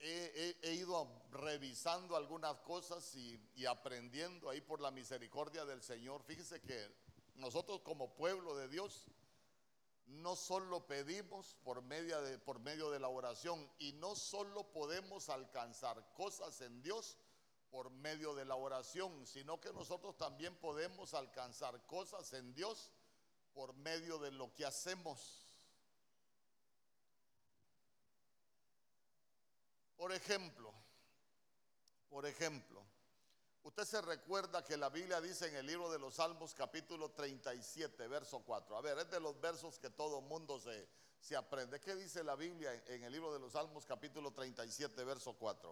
he ido revisando algunas cosas y aprendiendo ahí por la misericordia del Señor. Fíjese que nosotros como pueblo de Dios no solo pedimos por medio de la oración, y no solo podemos alcanzar cosas en Dios por medio de la oración, sino que nosotros también podemos alcanzar cosas en Dios por medio de lo que hacemos. Por ejemplo, por ejemplo, usted se recuerda que la Biblia dice en el libro de los Salmos capítulo 37 verso 4. A ver, es de los versos que todo mundo se aprende. ¿Qué dice la Biblia en el libro de los Salmos capítulo 37 verso 4?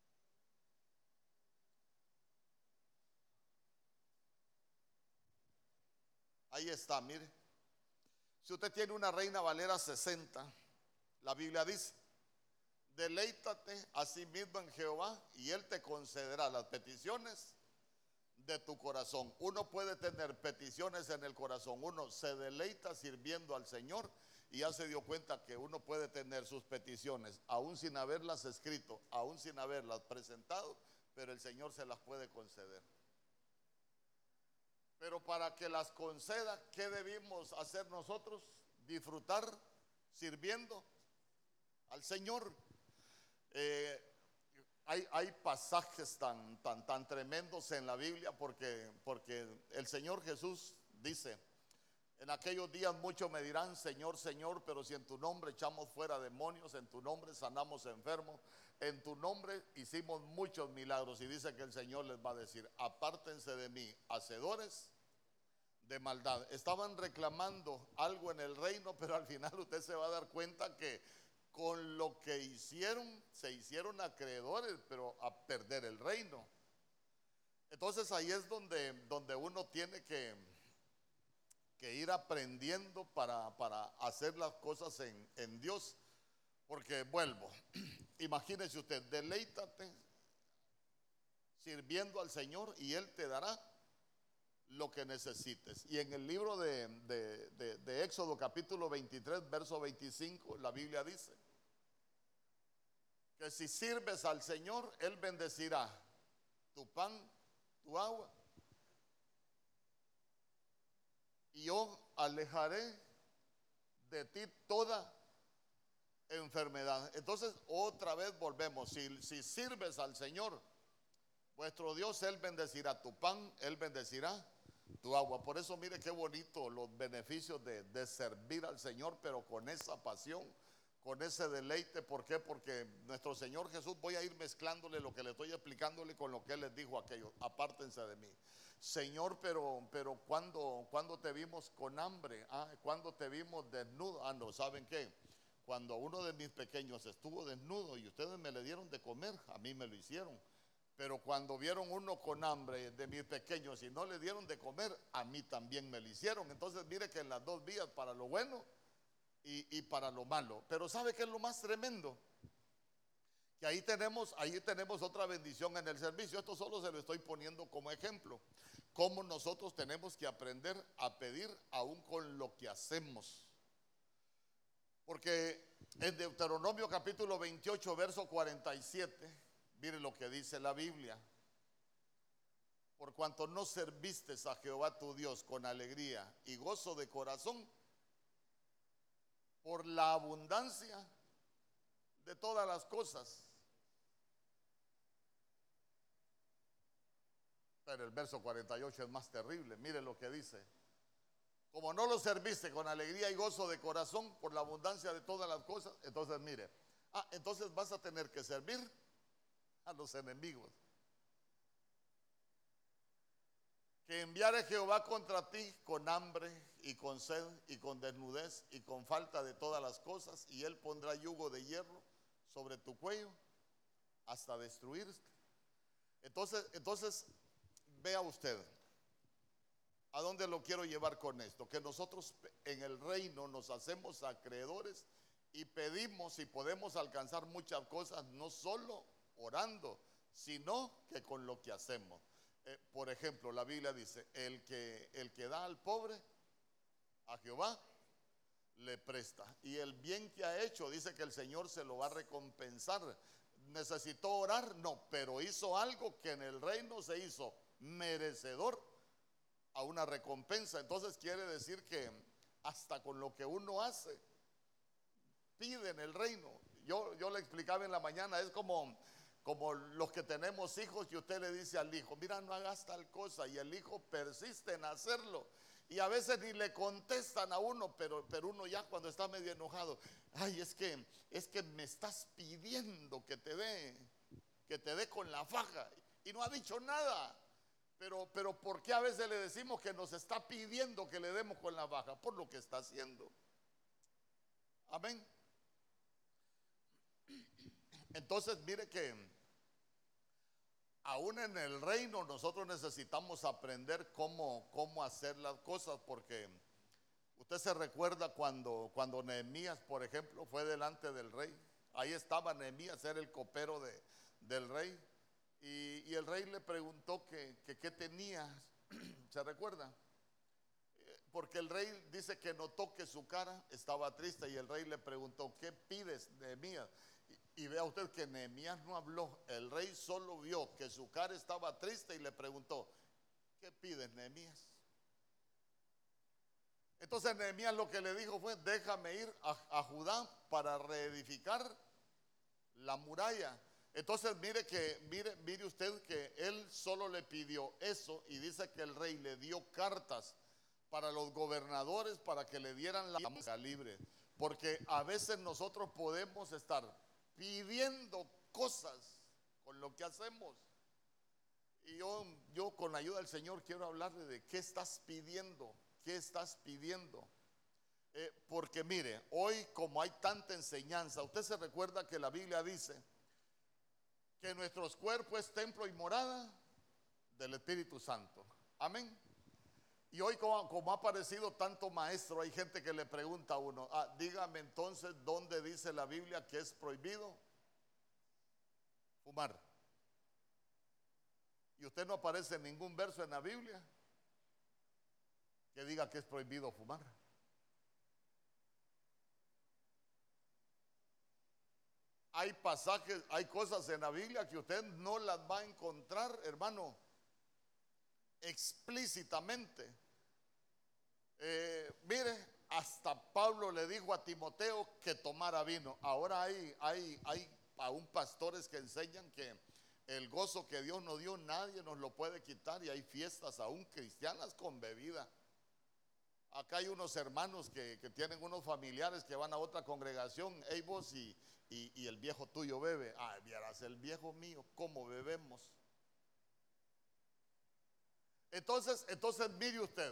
Ahí está, mire. Si usted tiene una Reina Valera 60, la Biblia dice: deleítate a sí mismo en Jehová y Él te concederá las peticiones de tu corazón. Uno puede tener peticiones en el corazón, uno se deleita sirviendo al Señor y ya se dio cuenta que uno puede tener sus peticiones aún sin haberlas escrito, aún sin haberlas presentado, pero el Señor se las puede conceder. Pero para que las conceda, ¿qué debimos hacer nosotros? Disfrutar sirviendo al Señor. Eh, hay pasajes tan tremendos en la Biblia porque el Señor Jesús dice: en aquellos días muchos me dirán, Señor, Señor, pero si en tu nombre echamos fuera demonios, en tu nombre sanamos enfermos, en tu nombre hicimos muchos milagros. Y dice que el Señor les va a decir: apártense de mí, hacedores de maldad. Estaban reclamando algo en el reino, pero al final usted se va a dar cuenta que con lo que hicieron, se hicieron acreedores, pero a perder el reino. Entonces ahí es donde uno tiene que ir aprendiendo para hacer las cosas en Dios. Porque vuelvo, imagínese usted, deleítate sirviendo al Señor y Él te dará lo que necesites. Y en el libro de Éxodo capítulo 23 verso 25, la Biblia dice que si sirves al Señor, Él bendecirá tu pan, tu agua, y yo alejaré de ti toda enfermedad. Entonces otra vez volvemos, si sirves al Señor vuestro Dios, Él bendecirá tu pan, Él bendecirá tu agua. Por eso mire qué bonito los beneficios de servir al Señor, pero con esa pasión, con ese deleite. ¿Por qué? Porque nuestro Señor Jesús, voy a ir mezclándole lo que le estoy explicándole con lo que Él les dijo a aquellos: apártense de mí. Señor, pero cuando te vimos con hambre, cuando te vimos desnudo. No, ¿saben qué? Cuando uno de mis pequeños estuvo desnudo y ustedes me le dieron de comer, a mí me lo hicieron. Pero cuando vieron uno con hambre de mis pequeños y no le dieron de comer, a mí también me lo hicieron. Entonces mire que en las dos vías, para lo bueno y para lo malo. Pero ¿sabe qué es lo más tremendo? Que ahí tenemos otra bendición en el servicio. Esto solo se lo estoy poniendo como ejemplo. Cómo nosotros tenemos que aprender a pedir aún con lo que hacemos. Porque en Deuteronomio capítulo 28 verso 47, mire lo que dice la Biblia: por cuanto no serviste a Jehová tu Dios con alegría y gozo de corazón, por la abundancia de todas las cosas. Pero el verso 48 es más terrible. Mire lo que dice: como no lo serviste con alegría y gozo de corazón, por la abundancia de todas las cosas. Entonces mire, entonces vas a tener que servir a los enemigos. Que enviare Jehová contra ti con hambre y con sed y con desnudez y con falta de todas las cosas, y Él pondrá yugo de hierro sobre tu cuello hasta destruirte. Entonces vea usted a dónde lo quiero llevar con esto: que nosotros en el reino nos hacemos acreedores y pedimos, y podemos alcanzar muchas cosas, no solo orando, sino que con lo que hacemos. Por ejemplo, la Biblia dice: el que da al pobre, a Jehová le presta, y el bien que ha hecho, dice que el Señor se lo va a recompensar necesitó orar, no, pero hizo algo que en el reino se hizo merecedor a una recompensa. Entonces quiere decir que hasta con lo que uno hace, pide en el reino. Yo le explicaba en la mañana, es como los que tenemos hijos, y usted le dice al hijo, mira, no hagas tal cosa, y el hijo persiste en hacerlo. Y a veces ni le contestan a uno, pero uno ya cuando está medio enojado, ay, es que me estás pidiendo que te dé con la faja, y no ha dicho nada. Pero ¿por qué a veces le decimos que nos está pidiendo que le demos con la faja? Por lo que está haciendo. Amén. Entonces mire que aún en el reino nosotros necesitamos aprender cómo hacer las cosas, porque usted se recuerda cuando Nehemías, por ejemplo, fue delante del rey. Ahí estaba Nehemías, era el copero del rey. Y el rey le preguntó que qué tenía, ¿se recuerda? Porque el rey dice que notó que su cara estaba triste, y el rey le preguntó, ¿qué pides, Nehemías? Y vea usted que Nehemías no habló, el rey solo vio que su cara estaba triste y le preguntó, ¿qué pides, Nehemías? Entonces Nehemías lo que le dijo fue, déjame ir a Judá para reedificar la muralla. Entonces mire usted que él solo le pidió eso, y dice que el rey le dio cartas para los gobernadores para que le dieran la música libre. Porque a veces nosotros podemos estar pidiendo cosas con lo que hacemos. Y yo con la ayuda del Señor quiero hablarle de qué estás pidiendo, qué estás pidiendo. Porque mire, hoy como hay tanta enseñanza, usted se recuerda que la Biblia dice que nuestros cuerpos es templo y morada del Espíritu Santo. Amén. Y hoy como ha aparecido tanto maestro, hay gente que le pregunta a uno, dígame entonces, ¿dónde dice la Biblia que es prohibido fumar? Y usted no aparece en ningún verso en la Biblia que diga que es prohibido fumar. Hay pasajes, hay cosas en la Biblia que usted no las va a encontrar, hermano, explícitamente. Mire, hasta Pablo le dijo a Timoteo que tomara vino. Ahora hay aún pastores que enseñan que el gozo que Dios nos dio nadie nos lo puede quitar, y hay fiestas aún cristianas con bebida. Acá hay unos hermanos que tienen unos familiares que van a otra congregación, hey vos, y el viejo tuyo bebe. Vieras el viejo mío, ¿cómo bebemos? Entonces mire usted,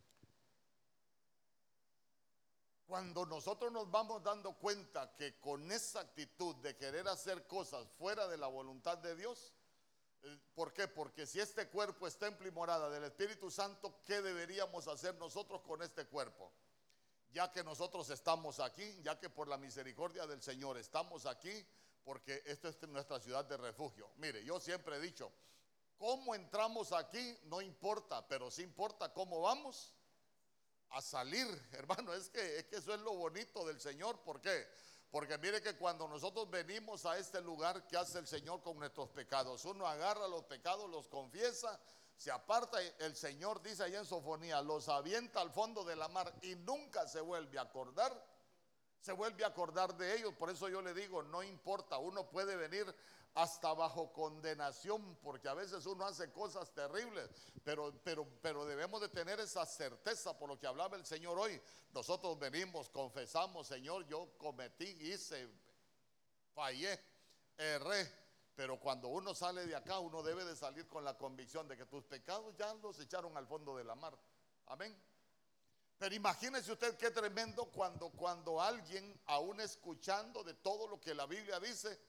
cuando nosotros nos vamos dando cuenta que con esa actitud de querer hacer cosas fuera de la voluntad de Dios, ¿por qué? Porque si este cuerpo es templo y morada del Espíritu Santo, ¿qué deberíamos hacer nosotros con este cuerpo? Ya que nosotros estamos aquí, ya que por la misericordia del Señor estamos aquí, porque esto es nuestra ciudad de refugio. Mire, yo siempre he dicho, cómo entramos aquí no importa, pero sí importa cómo vamos a salir, hermano. Es que eso es lo bonito del Señor. ¿Por qué? Porque mire que cuando nosotros venimos a este lugar, ¿qué hace el Señor con nuestros pecados? Uno agarra los pecados, los confiesa, se aparta, y el Señor dice allá en Sofonía, los avienta al fondo de la mar y nunca se vuelve a acordar de ellos. Por eso yo le digo, no importa, uno puede venir hasta bajo condenación, porque a veces uno hace cosas terribles, pero debemos de tener esa certeza, por lo que hablaba el Señor hoy. Nosotros venimos, confesamos, Señor, yo cometí, hice, fallé, erré, pero cuando uno sale de acá, uno debe de salir con la convicción de que tus pecados ya los echaron al fondo de la mar. Amén. Pero imagínese usted qué tremendo cuando alguien, aún escuchando de todo lo que la Biblia dice,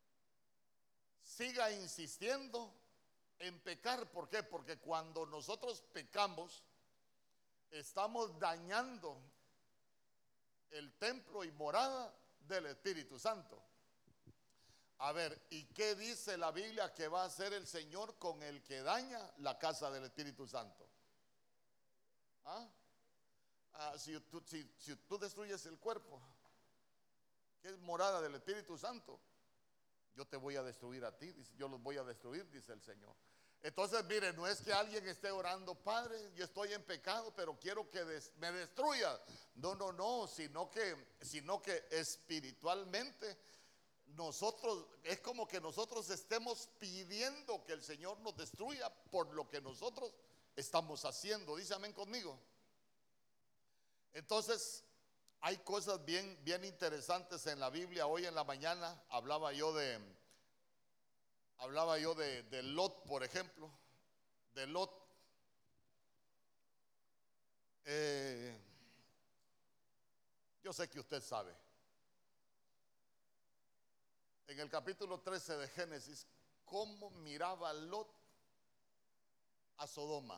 siga insistiendo en pecar. ¿Por qué? Porque cuando nosotros pecamos, estamos dañando el templo y morada del Espíritu Santo. A ver, ¿y qué dice la Biblia que va a hacer el Señor con el que daña la casa del Espíritu Santo? Si tú destruyes el cuerpo, que es morada del Espíritu Santo, Yo te voy a destruir a ti, dice, yo los voy a destruir, dice el Señor. Entonces, mire, no es que alguien esté orando, Padre, yo estoy en pecado, pero quiero que me destruya. No, no, no, sino que espiritualmente nosotros, es como que nosotros estemos pidiendo que el Señor nos destruya por lo que nosotros estamos haciendo. Dice amén conmigo. Entonces, hay cosas bien, bien interesantes en la Biblia. Hoy en la mañana hablaba yo de Lot, por ejemplo, de Lot. Eh, yo sé que usted sabe. En el capítulo 13 de Génesis, cómo miraba Lot a Sodoma.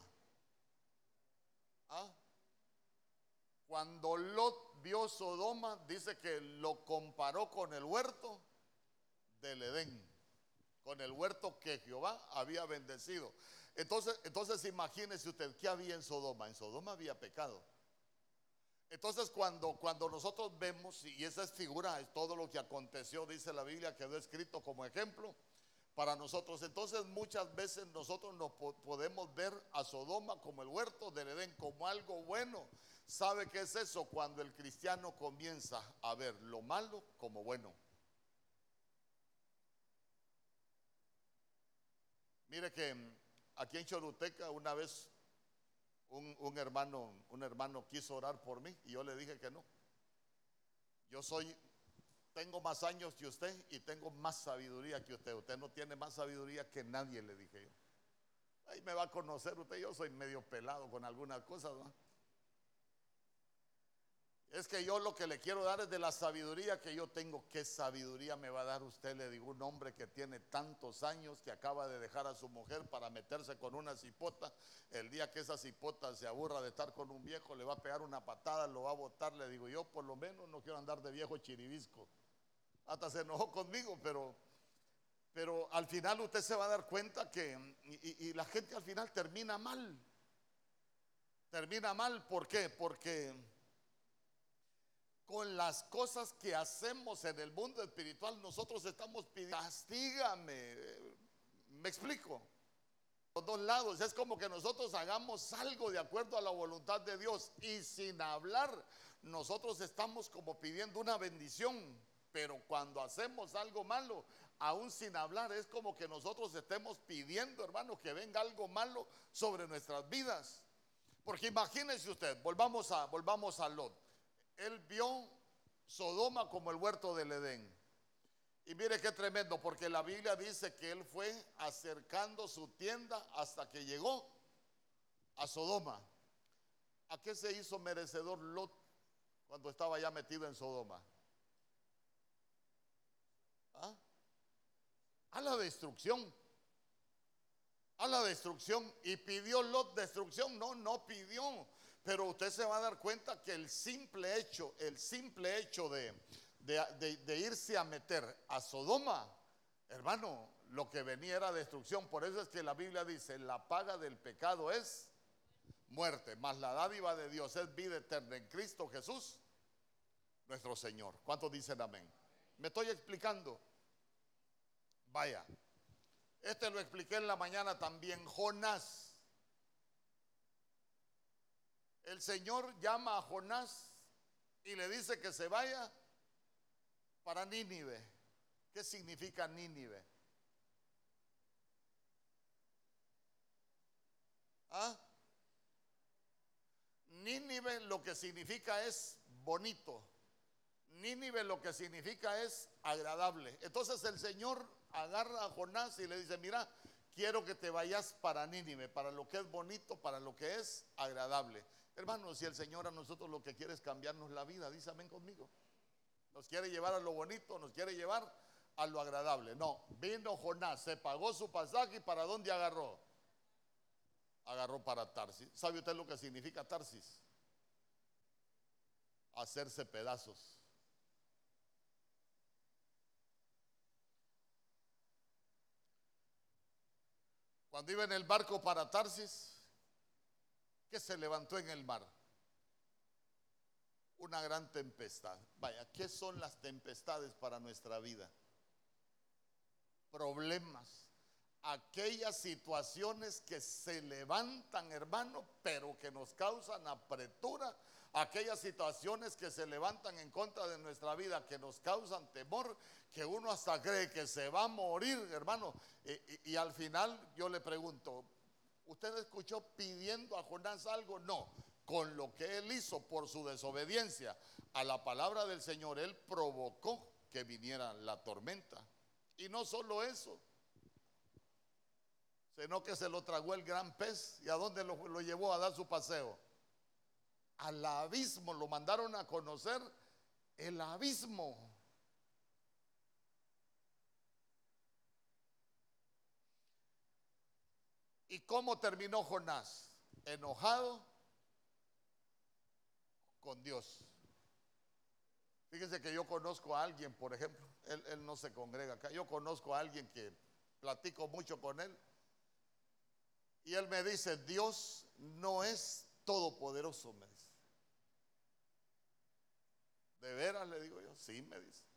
¿Ah? Cuando Lot vio Sodoma, dice que lo comparó con el huerto del Edén, con el huerto que Jehová había bendecido. Entonces imagínese usted, ¿qué había en Sodoma? En Sodoma había pecado. Entonces cuando nosotros vemos, y esa es figura, es todo lo que aconteció, dice la Biblia, quedó escrito como ejemplo para nosotros. Entonces muchas veces nosotros nos podemos ver a Sodoma como el huerto del Edén, como algo bueno. ¿Sabe qué es eso? Cuando el cristiano comienza a ver lo malo como bueno. Mire que aquí en Choluteca una vez un hermano quiso orar por mí y yo le dije que no. Tengo más años que usted y tengo más sabiduría que usted. Usted no tiene más sabiduría que nadie, le dije yo. Ahí me va a conocer usted, yo soy medio pelado con algunas cosas, ¿no? Es que yo lo que le quiero dar es de la sabiduría que yo tengo. ¿Qué sabiduría me va a dar usted? Le digo, un hombre que tiene tantos años, que acaba de dejar a su mujer para meterse con una cipota. El día que esa cipota se aburra de estar con un viejo, le va a pegar una patada, lo va a botar. Le digo, yo por lo menos no quiero andar de viejo chiribisco. Hasta se enojó conmigo, pero al final usted se va a dar cuenta que, y la gente al final termina mal. Termina mal, ¿por qué? Porque con las cosas que hacemos en el mundo espiritual, nosotros estamos pidiendo, castígame. ¿Me explico? Los dos lados, es como que nosotros hagamos algo de acuerdo a la voluntad de Dios y sin hablar, nosotros estamos como pidiendo una bendición. Pero cuando hacemos algo malo, aún sin hablar, es como que nosotros estemos pidiendo, hermano, que venga algo malo sobre nuestras vidas. Porque imagínense usted, volvamos a Lot. Él vio Sodoma como el huerto del Edén. Y mire qué tremendo, porque la Biblia dice que él fue acercando su tienda hasta que llegó a Sodoma. ¿A qué se hizo merecedor Lot cuando estaba ya metido en Sodoma? ¿Ah? A la destrucción. A la destrucción. ¿Y pidió Lot destrucción? No, no pidió. Pero usted se va a dar cuenta que el simple hecho de irse a meter a Sodoma, hermano, lo que venía era destrucción. Por eso es que la Biblia dice, la paga del pecado es muerte, mas la dádiva de Dios es vida eterna en Cristo Jesús, nuestro Señor. ¿Cuántos dicen amén? ¿Me estoy explicando? Vaya, lo expliqué en la mañana también. Jonás. El Señor llama a Jonás y le dice que se vaya para Nínive. ¿Qué significa Nínive? ¿Ah? Nínive lo que significa es bonito. Nínive lo que significa es agradable. Entonces el Señor agarra a Jonás y le dice, mira, quiero que te vayas para Nínive, para lo que es bonito, para lo que es agradable. Hermanos, si el Señor a nosotros lo que quiere es cambiarnos la vida, dice amén conmigo. Nos quiere llevar a lo bonito, nos quiere llevar a lo agradable. No, vino Jonás, se pagó su pasaje y ¿para dónde agarró? Agarró para Tarsis. ¿Sabe usted lo que significa Tarsis? Hacerse pedazos. Cuando iba en el barco para Tarsis, ¿qué se levantó en el mar? Una gran tempestad. Vaya, ¿qué son las tempestades para nuestra vida? problemas, aquellas situaciones que se levantan, hermano, pero que nos causan apretura, aquellas situaciones que se levantan en contra de nuestra vida, que nos causan temor, que uno hasta cree que se va a morir, hermano. Y al final yo le pregunto, ¿usted escuchó pidiendo a Jonás algo? No. Con lo que él hizo por su desobediencia a la palabra del Señor, él provocó que viniera la tormenta. Y no solo eso, sino que se lo tragó el gran pez. ¿Y a dónde lo llevó a dar su paseo? Al abismo. Lo mandaron a conocer el abismo. ¿Y cómo terminó Jonás? Enojado con Dios. Fíjense que yo conozco a alguien, por ejemplo, él no se congrega acá. Yo conozco a alguien que platico mucho con él. Y él me dice, Dios no es todopoderoso, me dice. ¿De veras? Le digo yo, sí, me dice.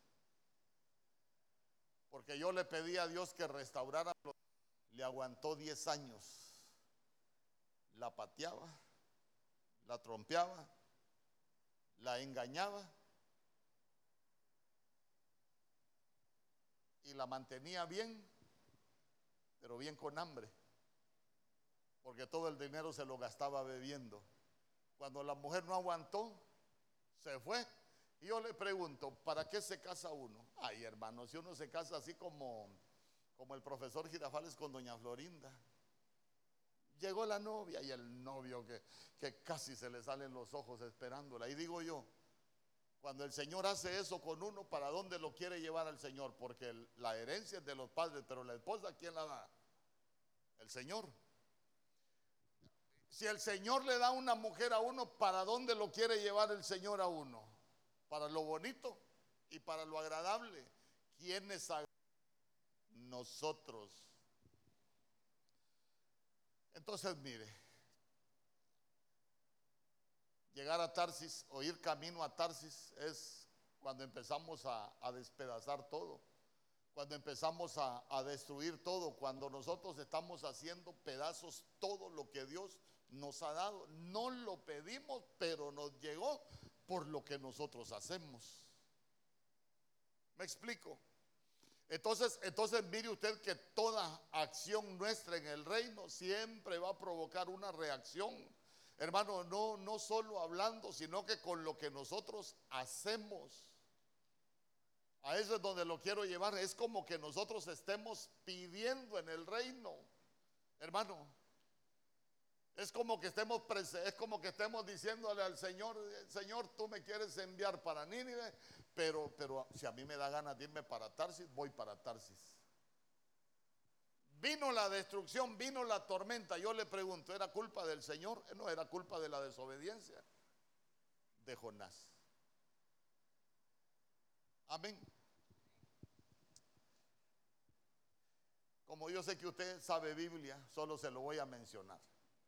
Porque yo le pedí a Dios que restaurara. Le aguantó 10 años. La pateaba, la trompeaba, la engañaba y la mantenía bien, pero bien con hambre, porque todo el dinero se lo gastaba bebiendo. Cuando la mujer no aguantó, se fue. Y yo le pregunto, ¿para qué se casa uno? Ay, hermano, si uno se casa así como el profesor Girafales con doña Florinda. Llegó la novia y el novio que casi se le salen los ojos esperándola. Y digo yo, cuando el Señor hace eso con uno, ¿para dónde lo quiere llevar al Señor? Porque la herencia es de los padres, pero la esposa, ¿quién la da? El Señor. Si el Señor le da una mujer a uno, ¿para dónde lo quiere llevar el Señor a uno? Para lo bonito y para lo agradable. ¿Quiénes? Nosotros. Entonces, mire, llegar a Tarsis o ir camino a Tarsis es cuando empezamos a despedazar todo, cuando empezamos a destruir todo, cuando nosotros estamos haciendo pedazos todo lo que Dios nos ha dado. No lo pedimos, pero nos llegó por lo que nosotros hacemos. ¿Me explico? Entonces mire usted que toda acción nuestra en el reino siempre va a provocar una reacción. Hermano, no solo hablando, sino que con lo que nosotros hacemos. A eso es donde lo quiero llevar. Es como que nosotros estemos pidiendo en el reino. Hermano, es como que estemos diciéndole al Señor, Señor, tú me quieres enviar para Nínive, pero si a mí me da ganas de irme para Tarsis, voy para Tarsis. Vino la destrucción, vino la tormenta. Yo le pregunto, ¿era culpa del Señor? No, era culpa de la desobediencia de Jonás. Amén. Como yo sé que usted sabe Biblia, solo se lo voy a mencionar.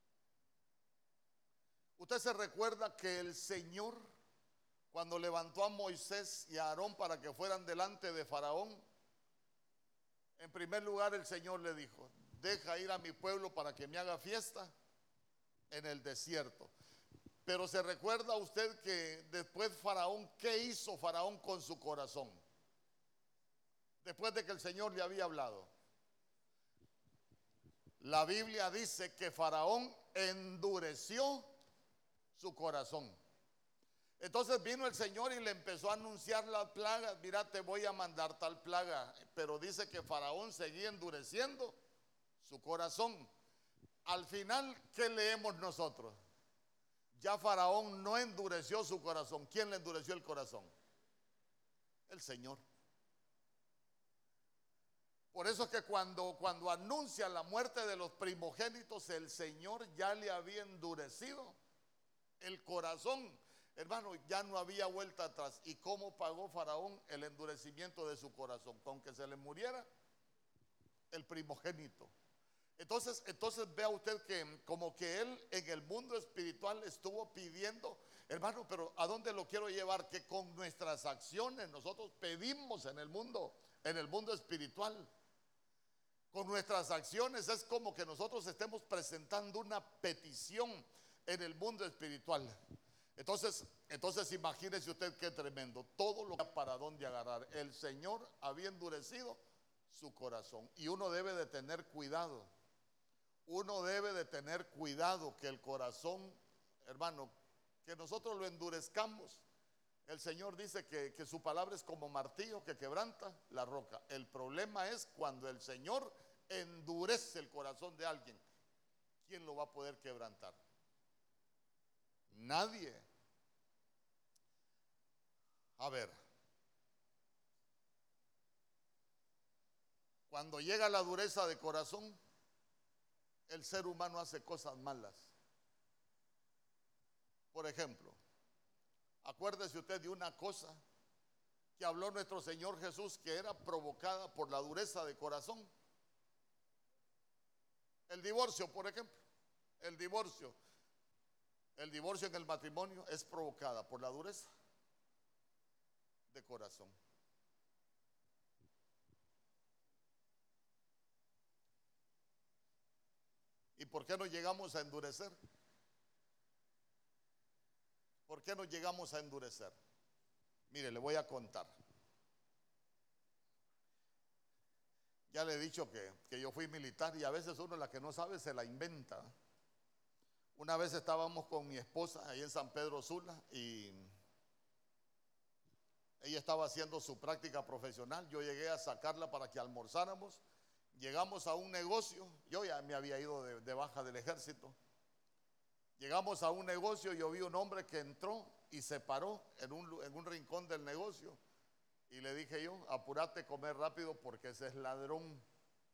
Usted se recuerda que el Señor, cuando levantó a Moisés y a Aarón para que fueran delante de Faraón, en primer lugar el Señor le dijo, deja ir a mi pueblo para que me haga fiesta en el desierto. Pero se recuerda usted que después Faraón, ¿qué hizo Faraón con su corazón? Después de que el Señor le había hablado. La Biblia dice que Faraón endureció su corazón. Entonces vino el Señor y le empezó a anunciar las plagas. Mira, te voy a mandar tal plaga. Pero dice que Faraón seguía endureciendo su corazón. Al final, ¿qué leemos nosotros? Ya Faraón no endureció su corazón. ¿Quién le endureció el corazón? El Señor. Por eso es que cuando anuncia la muerte de los primogénitos, el Señor ya le había endurecido el corazón. Hermano, ya no había vuelta atrás. ¿Y cómo pagó Faraón el endurecimiento de su corazón? Con que se le muriera el primogénito. Entonces vea usted que como que él en el mundo espiritual estuvo pidiendo, hermano, pero ¿a dónde lo quiero llevar? Que con nuestras acciones nosotros pedimos en el mundo espiritual. Con nuestras acciones es como que nosotros estemos presentando una petición en el mundo espiritual. Entonces imagínese usted qué tremendo. Todo lo que para dónde agarrar. El Señor había endurecido su corazón. Y uno debe de tener cuidado. Uno debe de tener cuidado que el corazón, hermano, que nosotros lo endurezcamos. El Señor dice que su palabra es como martillo que quebranta la roca. El problema es cuando el Señor endurece el corazón de alguien. ¿Quién lo va a poder quebrantar? Nadie. A ver, cuando llega la dureza de corazón, el ser humano hace cosas malas. Por ejemplo, acuérdese usted de una cosa que habló nuestro Señor Jesús que era provocada por la dureza de corazón. El divorcio, por ejemplo. El divorcio en el matrimonio es provocada por la dureza de corazón. ¿Y por qué no llegamos a endurecer? ¿Por qué no llegamos a endurecer? Mire, le voy a contar. Ya le he dicho que yo fui militar y a veces uno la que no sabe se la inventa. Una vez estábamos con mi esposa ahí en San Pedro Sula y ella estaba haciendo su práctica profesional. Yo llegué a sacarla para que almorzáramos. Llegamos a un negocio. Yo ya me había ido de baja del ejército. Llegamos a un negocio. Yo vi un hombre que entró y se paró en un rincón del negocio. Y le dije yo, apúrate, comer rápido porque ese es ladrón.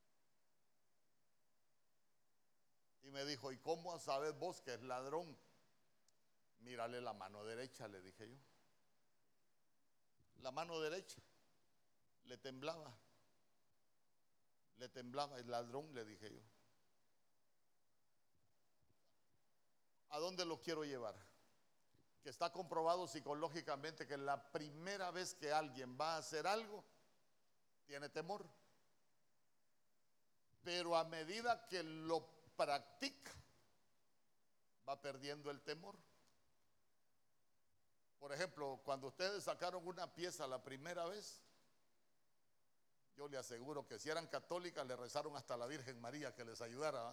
Y me dijo, ¿y cómo sabes vos que es ladrón? Mírale la mano derecha, le dije yo. La mano derecha le temblaba el ladrón, le dije yo. ¿A dónde lo quiero llevar? Que está comprobado psicológicamente que la primera vez que alguien va a hacer algo, tiene temor. Pero a medida que lo practica, va perdiendo el temor. Por ejemplo, cuando ustedes sacaron una pieza la primera vez, yo le aseguro que si eran católicas le rezaron hasta a la Virgen María que les ayudara.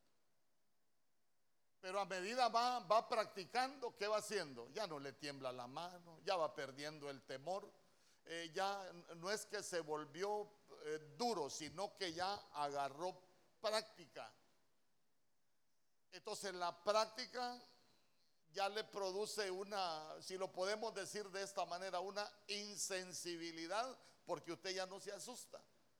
Pero a medida va practicando, ¿qué va haciendo? Ya no le tiembla la mano, ya va perdiendo el temor. Ya no es que se volvió duro, sino que ya agarró práctica. Entonces la práctica ya le produce una, si lo podemos decir de esta manera, una insensibilidad, porque usted ya no se asusta.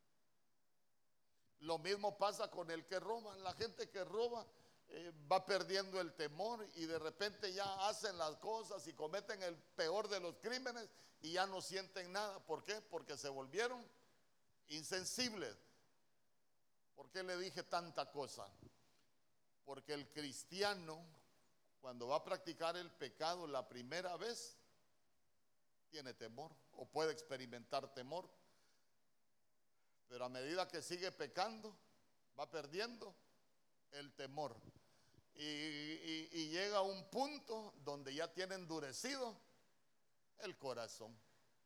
Lo mismo pasa con el que roba. La gente que roba va perdiendo el temor y de repente ya hacen las cosas y cometen el peor de los crímenes y ya no sienten nada. ¿Por qué? Porque se volvieron insensibles. ¿Por qué le dije tanta cosa? Porque el cristiano, cuando va a practicar el pecado la primera vez, tiene temor o puede experimentar temor. Pero a medida que sigue pecando, va perdiendo el temor. Y llega a un punto donde ya tiene endurecido el corazón.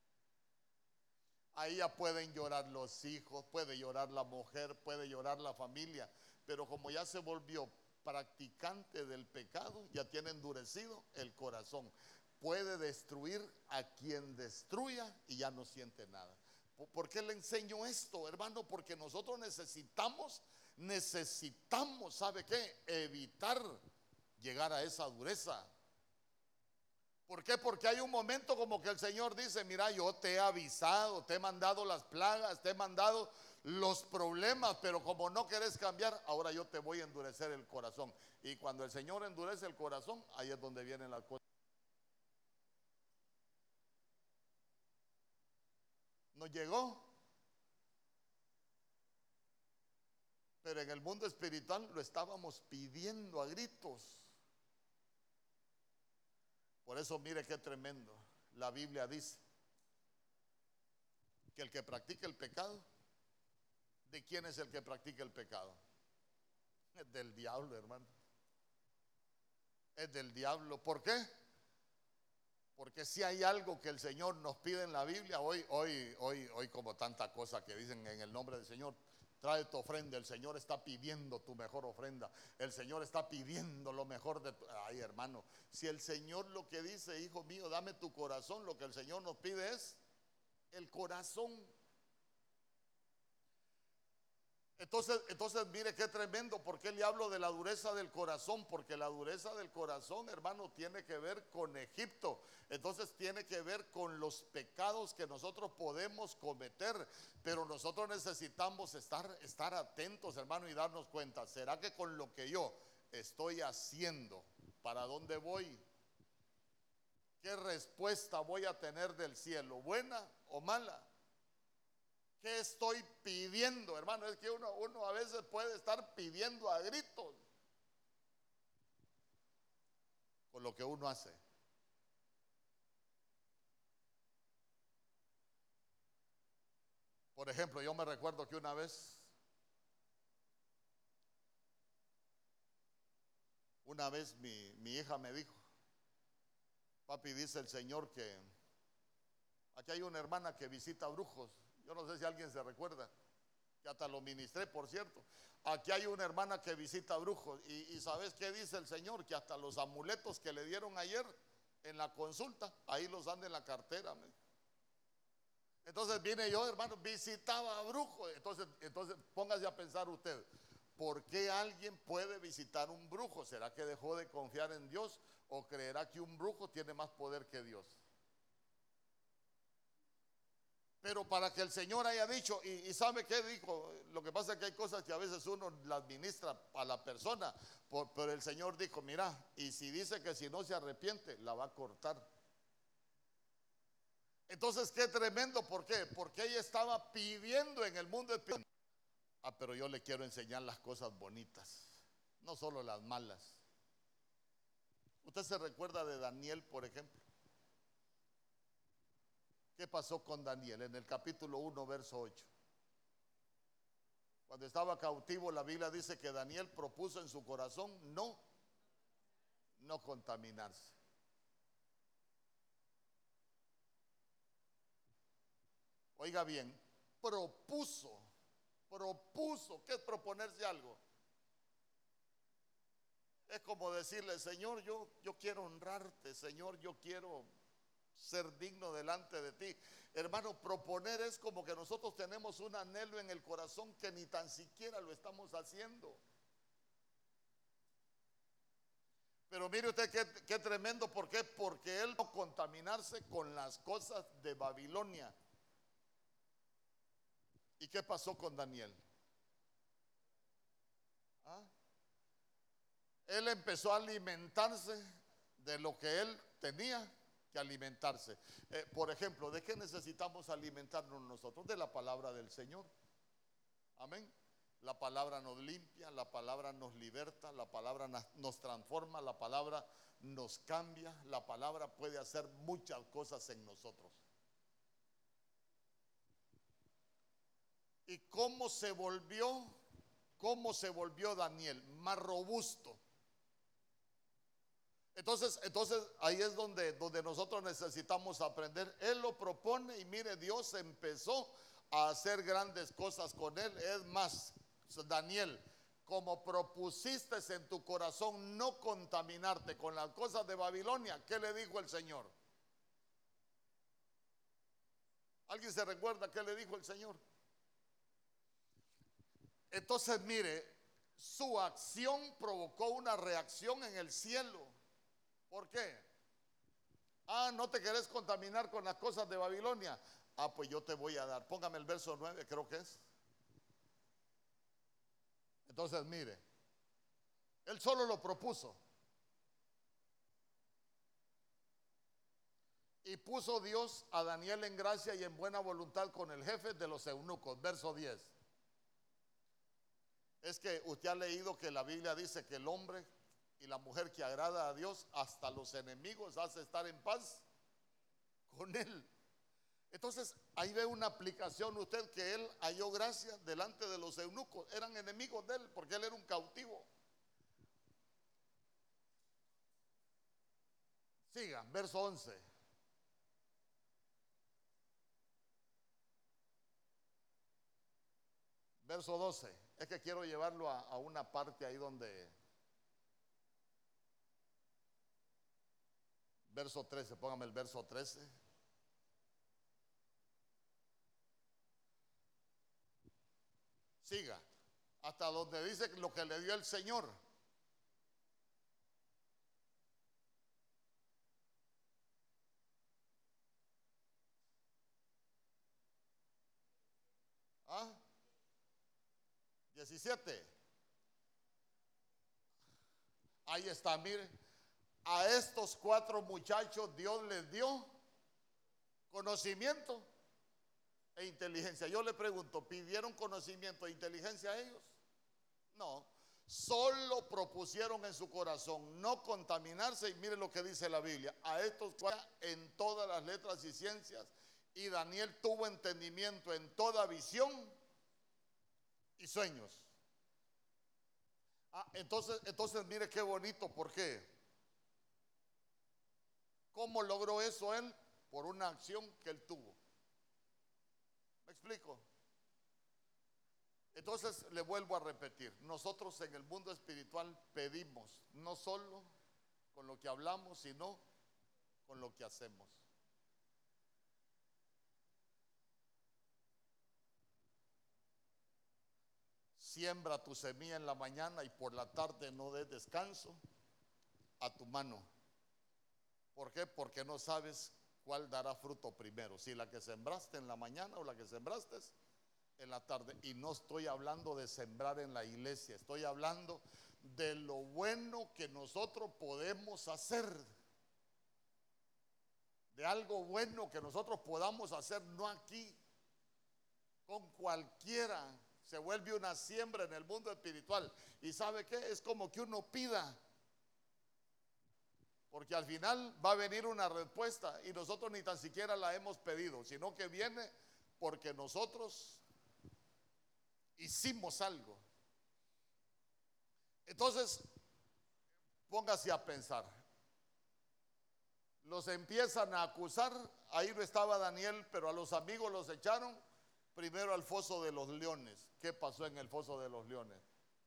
Ahí ya pueden llorar los hijos, puede llorar la mujer, puede llorar la familia. Pero como ya se volvió practicante del pecado, ya tiene endurecido el corazón. Puede destruir a quien destruya y ya no siente nada. ¿Por qué le enseño esto, hermano? Porque nosotros necesitamos, ¿sabe qué? Evitar llegar a esa dureza. ¿Por qué? Porque hay un momento como que el Señor dice, mira, yo te he avisado, te he mandado las plagas, te he mandado los problemas, pero como no querés cambiar, ahora yo te voy a endurecer el corazón. Y cuando el Señor endurece el corazón, ahí es donde vienen las cosas. Nos llegó, pero en el mundo espiritual lo estábamos pidiendo a gritos. Por eso mire qué tremendo. La Biblia dice que el que practica el pecado, de ¿De quién es el que practica el pecado? Es del diablo, hermano. Es del diablo. ¿Por qué? Porque si hay algo que el Señor nos pide en la Biblia, hoy como tanta cosa que dicen en el nombre del Señor, trae tu ofrenda. El Señor está pidiendo tu mejor ofrenda. El Señor está pidiendo lo mejor de tu... Ay, hermano, si el Señor lo que dice, hijo mío, dame tu corazón, lo que el Señor nos pide es el corazón. Entonces, mire qué tremendo. ¿Por qué le hablo de la dureza del corazón? Porque la dureza del corazón, hermano, tiene que ver con Egipto. Entonces tiene que ver con los pecados que nosotros podemos cometer. Pero nosotros necesitamos estar atentos, hermano, y darnos cuenta. ¿Será que con lo que yo estoy haciendo, para dónde voy? ¿Qué respuesta voy a tener del cielo? ¿Buena o mala? ¿Qué estoy pidiendo, hermano? Es que uno a veces puede estar pidiendo a gritos con lo que uno hace. Por ejemplo, yo me recuerdo que una vez mi hija me dijo: papi, dice el Señor que aquí hay una hermana que visita brujos. Yo no sé si alguien se recuerda, que hasta lo ministré, por cierto. Aquí hay una hermana que visita brujos. Y ¿sabes qué dice el Señor? Que hasta los amuletos que le dieron ayer en la consulta, ahí los anda en la cartera. Entonces vine yo, hermano, visitaba a brujos. Entonces póngase a pensar usted, ¿por qué alguien puede visitar un brujo? ¿Será que dejó de confiar en Dios o creerá que un brujo tiene más poder que Dios? Pero para que el Señor haya dicho, y ¿sabe qué dijo? Lo que pasa es que hay cosas que a veces uno las ministra a la persona, pero el Señor dijo: mira, y si dice que si no se arrepiente, la va a cortar. Entonces, qué tremendo. ¿Por qué? Porque ella estaba pidiendo en el mundo espiritual. Pero yo le quiero enseñar las cosas bonitas, no solo las malas. ¿Usted se recuerda de Daniel, por ejemplo? ¿Qué pasó con Daniel en el capítulo 1, verso 8? Cuando estaba cautivo, la Biblia dice que Daniel propuso en su corazón no contaminarse. Oiga bien, propuso. ¿Qué es proponerse algo? Es como decirle: Señor, yo quiero honrarte, Señor, yo quiero ser digno delante de ti. Hermano, proponer es como que nosotros tenemos un anhelo en el corazón que ni tan siquiera lo estamos haciendo. Pero mire usted qué tremendo. ¿Por qué? Porque él no contaminarse con las cosas de Babilonia. ¿Y qué pasó con Daniel? ¿Ah? Él empezó a alimentarse de lo que él tenía que alimentarse. Por ejemplo, ¿de qué necesitamos alimentarnos nosotros? De la palabra del Señor. Amén. La palabra nos limpia, la palabra nos liberta, la palabra nos transforma, la palabra nos cambia, la palabra puede hacer muchas cosas en nosotros. ¿Y cómo se volvió? ¿Cómo se volvió Daniel? Más robusto. Entonces ahí es donde nosotros necesitamos aprender. Él lo propone y mire, Dios empezó a hacer grandes cosas con él. Es más, Daniel, como propusiste en tu corazón no contaminarte con las cosas de Babilonia, ¿qué le dijo el Señor? ¿Alguien se recuerda qué le dijo el Señor? Entonces mire, su acción provocó una reacción en el cielo. ¿Por qué? ¿No te querés contaminar con las cosas de Babilonia? Pues yo te voy a dar. Póngame el verso 9, creo que es. Entonces mire, él solo lo propuso. Y puso Dios a Daniel en gracia y en buena voluntad con el jefe de los eunucos. Verso 10. Es que usted ha leído que la Biblia dice que el hombre y la mujer que agrada a Dios, hasta los enemigos hace estar en paz con él. Entonces, ahí ve una aplicación usted que él halló gracia delante de los eunucos. Eran enemigos de él porque él era un cautivo. Sigan, verso 11. Verso 12. Es que quiero llevarlo a una parte ahí donde... Verso 13, póngame el verso 13. Siga, hasta donde dice lo que le dio el Señor. ¿Ah? 17. Ahí está, mire. A estos 4 muchachos Dios les dio conocimiento e inteligencia. Yo le pregunto, ¿pidieron conocimiento e inteligencia a ellos? No, solo propusieron en su corazón no contaminarse. Y mire lo que dice la Biblia: a estos 4 en todas las letras y ciencias, y Daniel tuvo entendimiento en toda visión y sueños. Entonces mire qué bonito. ¿Por qué? ¿Cómo logró eso él? Por una acción que él tuvo. ¿Me explico? Entonces le vuelvo a repetir, nosotros en el mundo espiritual pedimos no solo con lo que hablamos, sino con lo que hacemos. Siembra tu semilla en la mañana y por la tarde no des descanso a tu mano. ¿Por qué? Porque no sabes cuál dará fruto primero, si la que sembraste en la mañana o la que sembraste en la tarde. Y no estoy hablando de sembrar en la iglesia, estoy hablando de lo bueno que nosotros podemos hacer, de algo bueno que nosotros podamos hacer, no aquí, con cualquiera. Se vuelve una siembra en el mundo espiritual. ¿Y sabe qué? Es como que uno pida, porque al final va a venir una respuesta y nosotros ni tan siquiera la hemos pedido, sino que viene porque nosotros hicimos algo. Entonces, póngase a pensar. Los empiezan a acusar. Ahí no estaba Daniel, pero a los amigos los echaron primero al foso de los leones. ¿Qué pasó en el foso de los leones?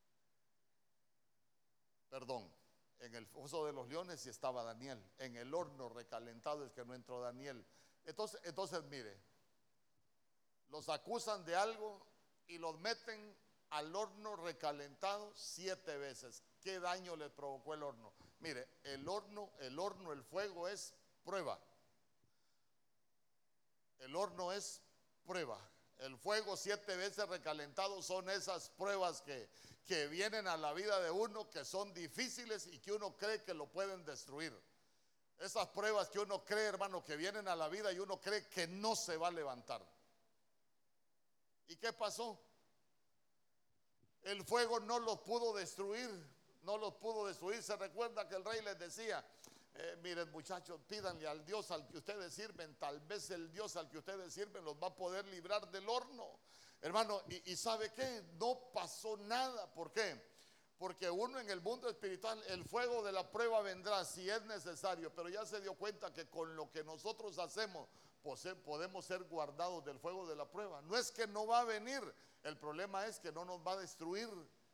Perdón, en el foso de los leones sí estaba Daniel. En el horno recalentado es que no entró Daniel. Entonces mire, los acusan de algo y los meten al horno recalentado 7 veces. ¿Qué daño les provocó el horno? Mire, el horno, el fuego es prueba. El horno es prueba. El fuego 7 veces recalentado son esas pruebas que vienen a la vida de uno, que son difíciles y que uno cree que lo pueden destruir. Esas pruebas que uno cree, hermano, que vienen a la vida y uno cree que no se va a levantar. ¿Y qué pasó? El fuego no los pudo destruir, no los pudo destruir. Se recuerda que el rey les decía, miren muchachos, pídanle al Dios al que ustedes sirven, tal vez el Dios al que ustedes sirven los va a poder librar del horno. Hermano, y ¿sabe qué? No pasó nada. ¿Por qué? Porque uno en el mundo espiritual, el fuego de la prueba vendrá si es necesario, pero ya se dio cuenta que con lo que nosotros hacemos podemos ser guardados del fuego de la prueba. No es que no va a venir, el problema es que no nos va a destruir.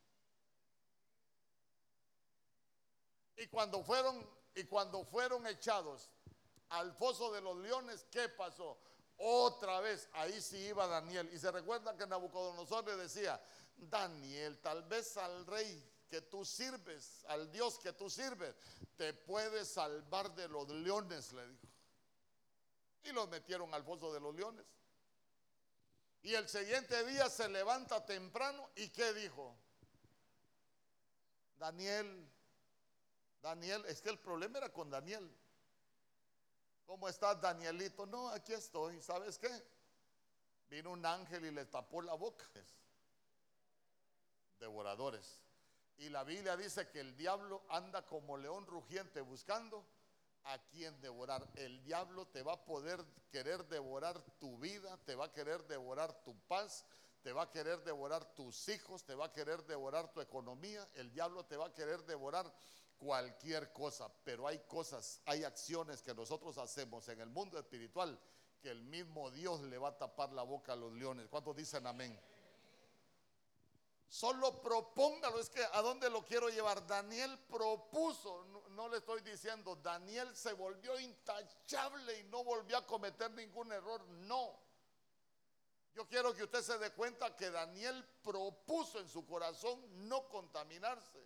Y cuando fueron echados al foso de los leones, ¿qué pasó? Otra vez, ahí sí iba Daniel. Y se recuerda que Nabucodonosor le decía, Daniel, tal vez al rey que tú sirves, al Dios que tú sirves, te puede salvar de los leones, le dijo. Y los metieron al foso de los leones. Y el siguiente día se levanta temprano y ¿qué dijo? Daniel, es que el problema era con Daniel. ¿Cómo estás, Danielito? No, aquí estoy. ¿Sabes qué? Vino un ángel y le tapó la boca. Devoradores. Y la Biblia dice que el diablo anda como león rugiente buscando a quien devorar. El diablo te va a poder querer devorar tu vida, te va a querer devorar tu paz, te va a querer devorar tus hijos, te va a querer devorar tu economía. El diablo te va a querer devorar cualquier cosa, pero hay cosas, hay acciones que nosotros hacemos en el mundo espiritual que el mismo Dios le va a tapar la boca a los leones. ¿Cuántos dicen amén? Solo propóngalo. Es que ¿a dónde lo quiero llevar? Daniel propuso, no le estoy diciendo Daniel se volvió intachable y no volvió a cometer ningún error. No, yo quiero que usted se dé cuenta que Daniel propuso en su corazón no contaminarse,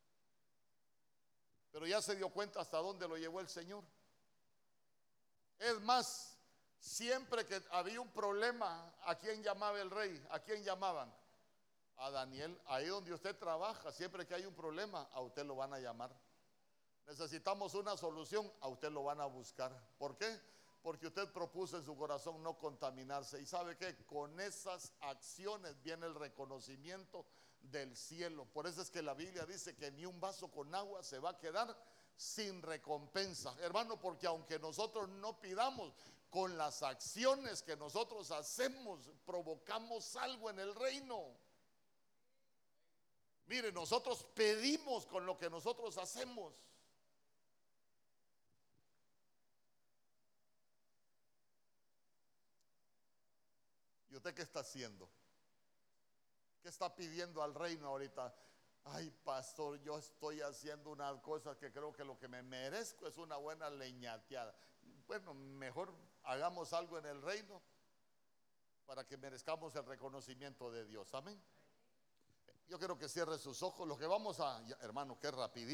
pero ya se dio cuenta hasta dónde lo llevó el Señor. Es más, siempre que había un problema, ¿a quién llamaba el rey? ¿A quién llamaban? A Daniel. Ahí donde usted trabaja, siempre que hay un problema, a usted lo van a llamar. Necesitamos una solución, a usted lo van a buscar. ¿Por qué? Porque usted propuso en su corazón no contaminarse. ¿Y sabe qué? Con esas acciones viene el reconocimiento del cielo. Por eso es que la Biblia dice que ni un vaso con agua se va a quedar sin recompensa, hermano, porque aunque nosotros no pidamos, con las acciones que nosotros hacemos, provocamos algo en el reino. Mire, nosotros pedimos con lo que nosotros hacemos. ¿Y usted qué está haciendo? ¿Qué está pidiendo al reino ahorita? Ay, pastor, yo estoy haciendo unas cosas que creo que lo que me merezco es una buena leñateada. Bueno, mejor hagamos algo en el reino para que merezcamos el reconocimiento de Dios. Amén. Yo quiero que cierre sus ojos. Lo que vamos a, hermano, qué rapidito.